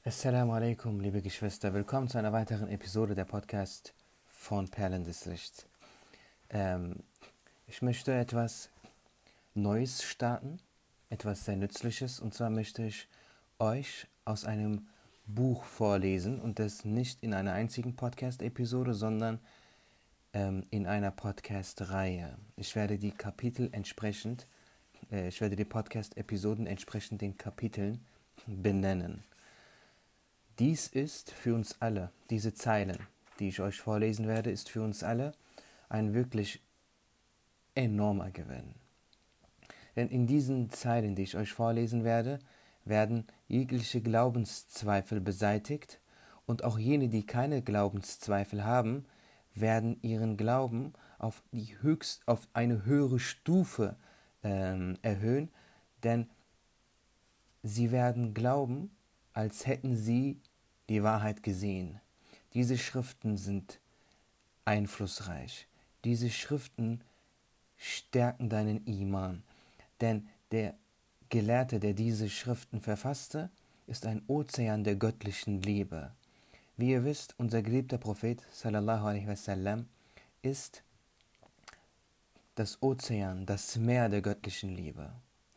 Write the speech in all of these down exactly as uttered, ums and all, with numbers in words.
Assalamu alaikum, liebe Geschwister. Willkommen zu einer weiteren Episode der Podcast von Perlen des Lichts. Ähm, ich möchte etwas Neues starten, etwas sehr Nützliches. Und zwar möchte ich euch aus einem Buch vorlesen und das nicht in einer einzigen Podcast-Episode, sondern ähm, in einer Podcast-Reihe. Ich werde die Kapitel entsprechend, äh, ich werde die Podcast-Episoden entsprechend den Kapiteln benennen. Dies ist für uns alle, diese Zeilen, die ich euch vorlesen werde, ist für uns alle ein wirklich enormer Gewinn. Denn in diesen Zeilen, die ich euch vorlesen werde, werden jegliche Glaubenszweifel beseitigt und auch jene, die keine Glaubenszweifel haben, werden ihren Glauben auf, die höchst, auf eine höhere Stufe ähm, erhöhen, denn sie werden glauben, als hätten sie die Wahrheit gesehen. Diese Schriften sind einflussreich. Diese Schriften stärken deinen Iman. Denn der Gelehrte, der diese Schriften verfasste, ist ein Ozean der göttlichen Liebe. Wie ihr wisst, unser geliebter Prophet sallallahu alaihi wasallam ist das Ozean, das Meer der göttlichen Liebe.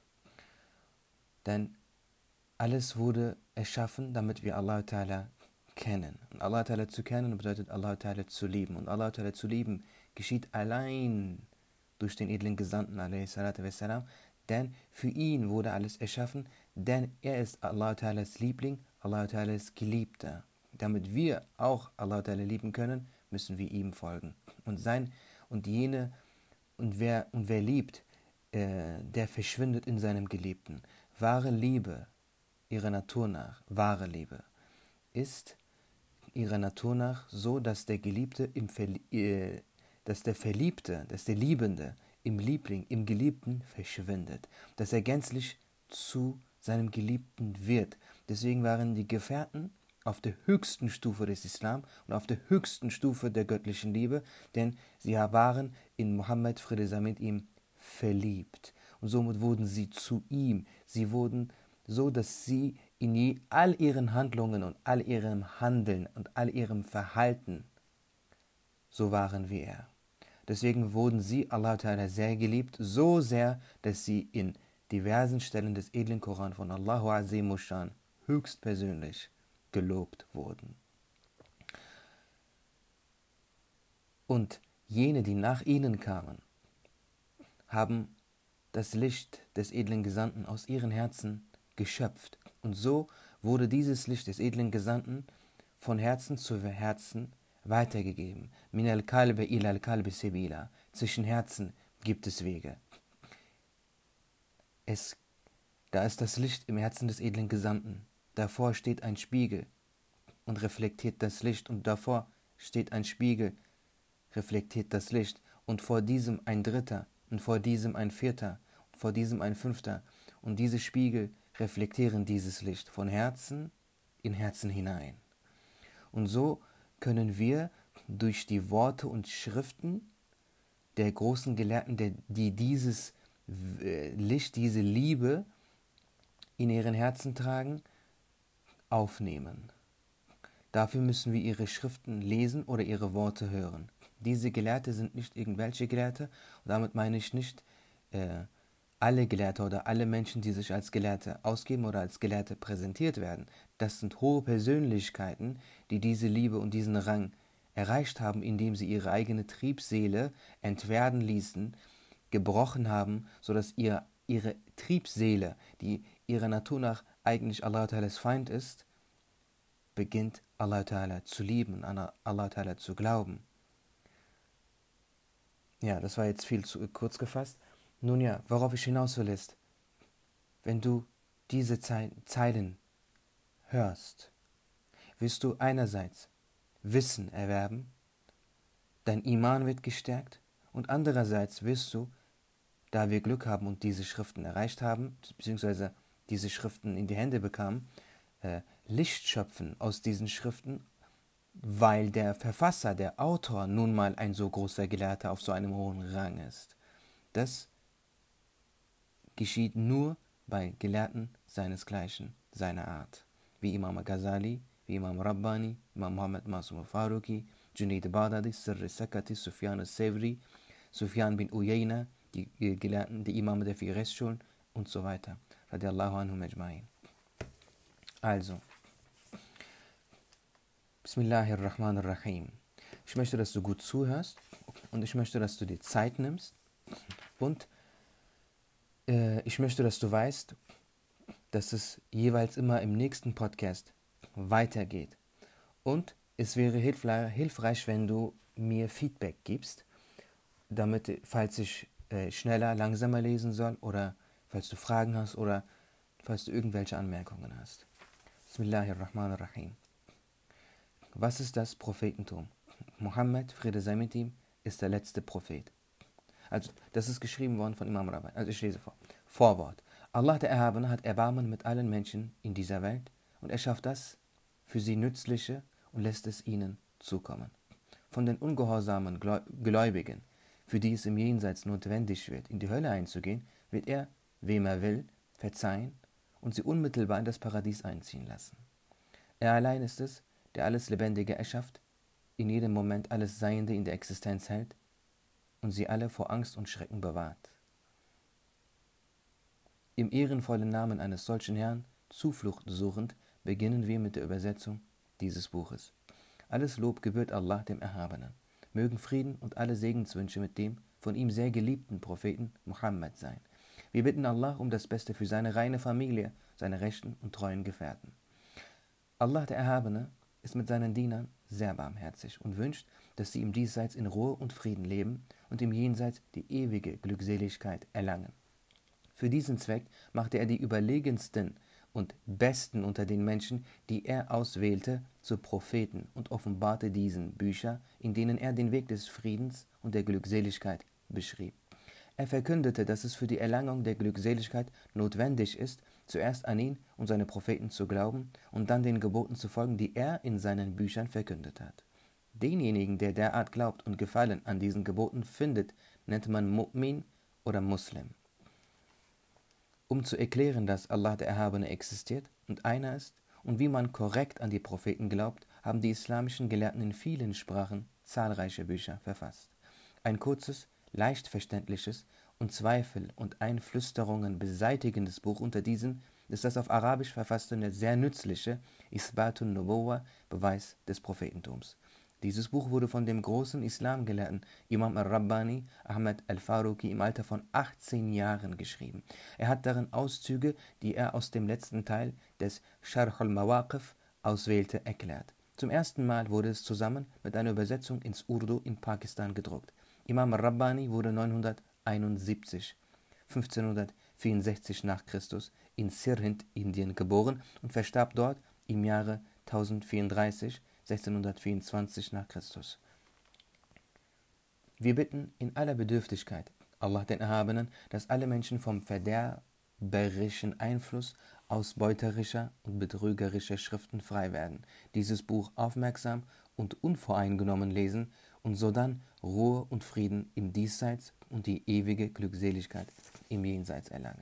Denn alles wurde erschaffen, damit wir Allah Ta'ala kennen. Und Allah Ta'ala zu kennen bedeutet Allah Ta'ala zu lieben. Und Allah Ta'ala zu lieben geschieht allein durch den edlen Gesandten, wassalam, denn für ihn wurde alles erschaffen, denn er ist Allah Ta'alas Liebling, Allah Ta'alas Geliebter. Damit wir auch Allah Ta'ala lieben können, müssen wir ihm folgen. Und sein und jene und wer und wer liebt, äh, der verschwindet in seinem Geliebten. Wahre Liebe ihrer Natur nach, wahre Liebe, ist ihrer Natur nach so, dass der Geliebte, im Verli- äh, dass der Verliebte, dass der Liebende im Liebling, im Geliebten verschwindet, dass er gänzlich zu seinem Geliebten wird. Deswegen waren die Gefährten auf der höchsten Stufe des Islam und auf der höchsten Stufe der göttlichen Liebe, denn sie waren in Mohammed, Friede sei mit ihm, verliebt. Und somit wurden sie zu ihm, sie wurden so, dass sie in je, all ihren Handlungen und all ihrem Handeln und all ihrem Verhalten so waren wie er. Deswegen wurden sie, Allah Ta'ala, sehr geliebt, so sehr, dass sie in diversen Stellen des edlen Koran von Allahu Azim Mushan höchstpersönlich gelobt wurden. Und jene, die nach ihnen kamen, haben das Licht des edlen Gesandten aus ihren Herzen geschöpft. Und so wurde dieses Licht des edlen Gesandten von Herzen zu Herzen weitergegeben. Min al-Kalbe ila al-Kalbe sebila. Zwischen Herzen gibt es Wege. Es, da ist das Licht im Herzen des edlen Gesandten. Davor steht ein Spiegel und reflektiert das Licht. Und davor steht ein Spiegel, reflektiert das Licht. Und vor diesem ein Dritter. Und vor diesem ein Vierter. Und vor diesem ein Fünfter. Und diese Spiegel reflektieren dieses Licht von Herzen in Herzen hinein. Und so können wir durch die Worte und Schriften der großen Gelehrten, die dieses Licht, diese Liebe in ihren Herzen tragen, aufnehmen. Dafür müssen wir ihre Schriften lesen oder ihre Worte hören. Diese Gelehrte sind nicht irgendwelche Gelehrte, und damit meine ich nicht äh, alle Gelehrte oder alle Menschen, die sich als Gelehrte ausgeben oder als Gelehrte präsentiert werden. Das sind hohe Persönlichkeiten, die diese Liebe und diesen Rang erreicht haben, indem sie ihre eigene Triebseele entwerden ließen, gebrochen haben, sodass ihr, ihre Triebseele, die ihrer Natur nach eigentlich Allah Ta'alas Feind ist, beginnt Allah Ta'ala zu lieben und an Allah Ta'ala zu glauben. Ja, das war jetzt viel zu kurz gefasst. Nun ja, worauf ich hinaus will ist, wenn du diese Zeilen hörst, wirst du einerseits Wissen erwerben, dein Iman wird gestärkt und andererseits wirst du, da wir Glück haben und diese Schriften erreicht haben, beziehungsweise diese Schriften in die Hände bekamen, äh, Licht schöpfen aus diesen Schriften, weil der Verfasser, der Autor nun mal ein so großer Gelehrter auf so einem hohen Rang ist. Das geschieht nur bei Gelehrten seinesgleichen, seiner Art. wie Imam Ghazali, wie Imam Rabbani, Imam Muhammad Masum al-Faruqi, Junaid Baghdadi, Sirr Sakati, Sufyan al-Sevri, Sufyan bin Uyayna, die Gelehrten, die Imame der vier Rechtsschulen und so weiter. Radiallahu anhum ajma'in. Also, Bismillahirrahmanirrahim. Ich möchte, dass du gut zuhörst und ich möchte, dass du dir Zeit nimmst und äh, ich möchte, dass du weißt, dass es jeweils immer im nächsten Podcast weitergeht. Und es wäre hilfreich, wenn du mir Feedback gibst, damit, falls ich äh, schneller, langsamer lesen soll oder falls du Fragen hast oder falls du irgendwelche Anmerkungen hast. Bismillahirrahmanirrahim. Was ist das Prophetentum? Mohammed, Friede sei mit ihm, ist der letzte Prophet. Also, das ist geschrieben worden von Imam Rabbani. Also, ich lese vor. Vorwort. Allah, der Erhabene, hat Erbarmen mit allen Menschen in dieser Welt und er schafft das für sie Nützliche und lässt es ihnen zukommen. Von den ungehorsamen Gläubigen, für die es im Jenseits notwendig wird, in die Hölle einzugehen, wird er, wem er will, verzeihen und sie unmittelbar in das Paradies einziehen lassen. Er allein ist es, der alles Lebendige erschafft, in jedem Moment alles Seiende in der Existenz hält und sie alle vor Angst und Schrecken bewahrt. Im ehrenvollen Namen eines solchen Herrn, Zuflucht suchend, beginnen wir mit der Übersetzung dieses Buches. Alles Lob gebührt Allah, dem Erhabenen. Mögen Frieden und alle Segenswünsche mit dem von ihm sehr geliebten Propheten Muhammad sein. Wir bitten Allah um das Beste für seine reine Familie, seine rechten und treuen Gefährten. Allah, der Erhabene, ist mit seinen Dienern sehr barmherzig und wünscht, dass sie im Diesseits in Ruhe und Frieden leben und im Jenseits die ewige Glückseligkeit erlangen. Für diesen Zweck machte er die überlegensten und besten unter den Menschen, die er auswählte, zu Propheten und offenbarte diesen Bücher, in denen er den Weg des Friedens und der Glückseligkeit beschrieb. Er verkündete, dass es für die Erlangung der Glückseligkeit notwendig ist, zuerst an ihn und seine Propheten zu glauben und dann den Geboten zu folgen, die er in seinen Büchern verkündet hat. Denjenigen, der derart glaubt und Gefallen an diesen Geboten findet, nennt man Mu'min oder Muslim. Um zu erklären, dass Allah der Erhabene existiert und einer ist und wie man korrekt an die Propheten glaubt, haben die islamischen Gelehrten in vielen Sprachen zahlreiche Bücher verfasst. Ein kurzes, leicht verständliches und Zweifel und Einflüsterungen beseitigendes Buch unter diesen ist das auf Arabisch verfasste sehr nützliche Isbatun Nubuwa, Beweis des Prophetentums. Dieses Buch wurde von dem großen Islamgelehrten Imam al-Rabbani Ahmad al-Faruqi im Alter von achtzehn Jahren geschrieben. Er hat darin Auszüge, die er aus dem letzten Teil des Sharh al-Mawaqif auswählte, erklärt. Zum ersten Mal wurde es zusammen mit einer Übersetzung ins Urdu in Pakistan gedruckt. Imam al-Rabbani wurde neunhunderteinundsiebzig, fünfzehnhundertvierundsechzig nach Christus in Sirhind, Indien geboren und verstarb dort im Jahre tausendvierunddreißig, sechzehnhundertvierundzwanzig nach Christus. Wir bitten in aller Bedürftigkeit Allah den Erhabenen, dass alle Menschen vom verderberischen Einfluss ausbeuterischer und betrügerischer Schriften frei werden, dieses Buch aufmerksam und unvoreingenommen lesen und sodann Ruhe und Frieden im Diesseits und die ewige Glückseligkeit im Jenseits erlangen.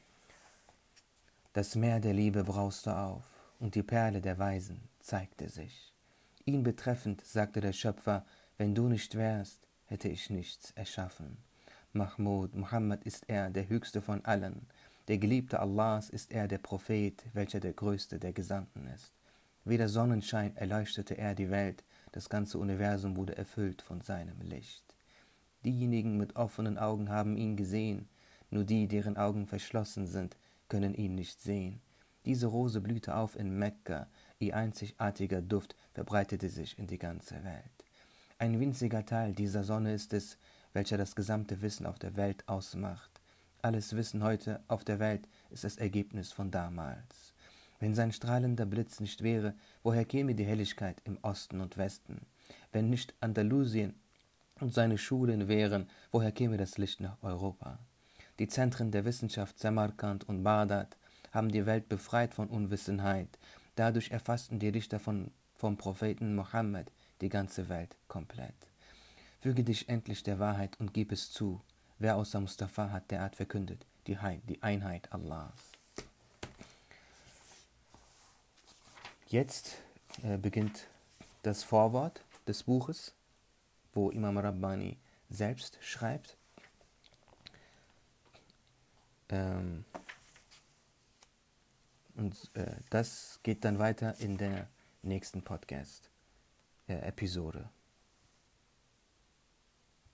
Das Meer der Liebe brauste auf und die Perle der Weisen zeigte sich. Ihn betreffend sagte der Schöpfer, wenn du nicht wärst, hätte ich nichts erschaffen. Mahmud, Muhammad ist er, der höchste von allen. Der Geliebte Allahs ist er, der Prophet, welcher der größte der Gesandten ist. Wie der Sonnenschein erleuchtete er die Welt, das ganze Universum wurde erfüllt von seinem Licht. Diejenigen mit offenen Augen haben ihn gesehen, nur die, deren Augen verschlossen sind, können ihn nicht sehen. Diese Rose blühte auf in Mekka, ihr einzigartiger Duft verbreitete sich in die ganze Welt. Ein winziger Teil dieser Sonne ist es, welcher das gesamte Wissen auf der Welt ausmacht. Alles Wissen heute auf der Welt ist das Ergebnis von damals. Wenn sein strahlender Blitz nicht wäre, woher käme die Helligkeit im Osten und Westen? Wenn nicht Andalusien und seine Schulen wären, woher käme das Licht nach Europa? Die Zentren der Wissenschaft Samarkand und Bagdad haben die Welt befreit von Unwissenheit. Dadurch erfassten die Dichter von, vom Propheten Mohammed die ganze Welt komplett. Füge dich endlich der Wahrheit und gib es zu. Wer außer Mustafa hat derart verkündet, die, Heit, die Einheit Allahs. Jetzt äh, beginnt das Vorwort des Buches, wo Imam Rabbani selbst schreibt. Ähm, und äh, das geht dann weiter in der nächsten Podcast-Episode.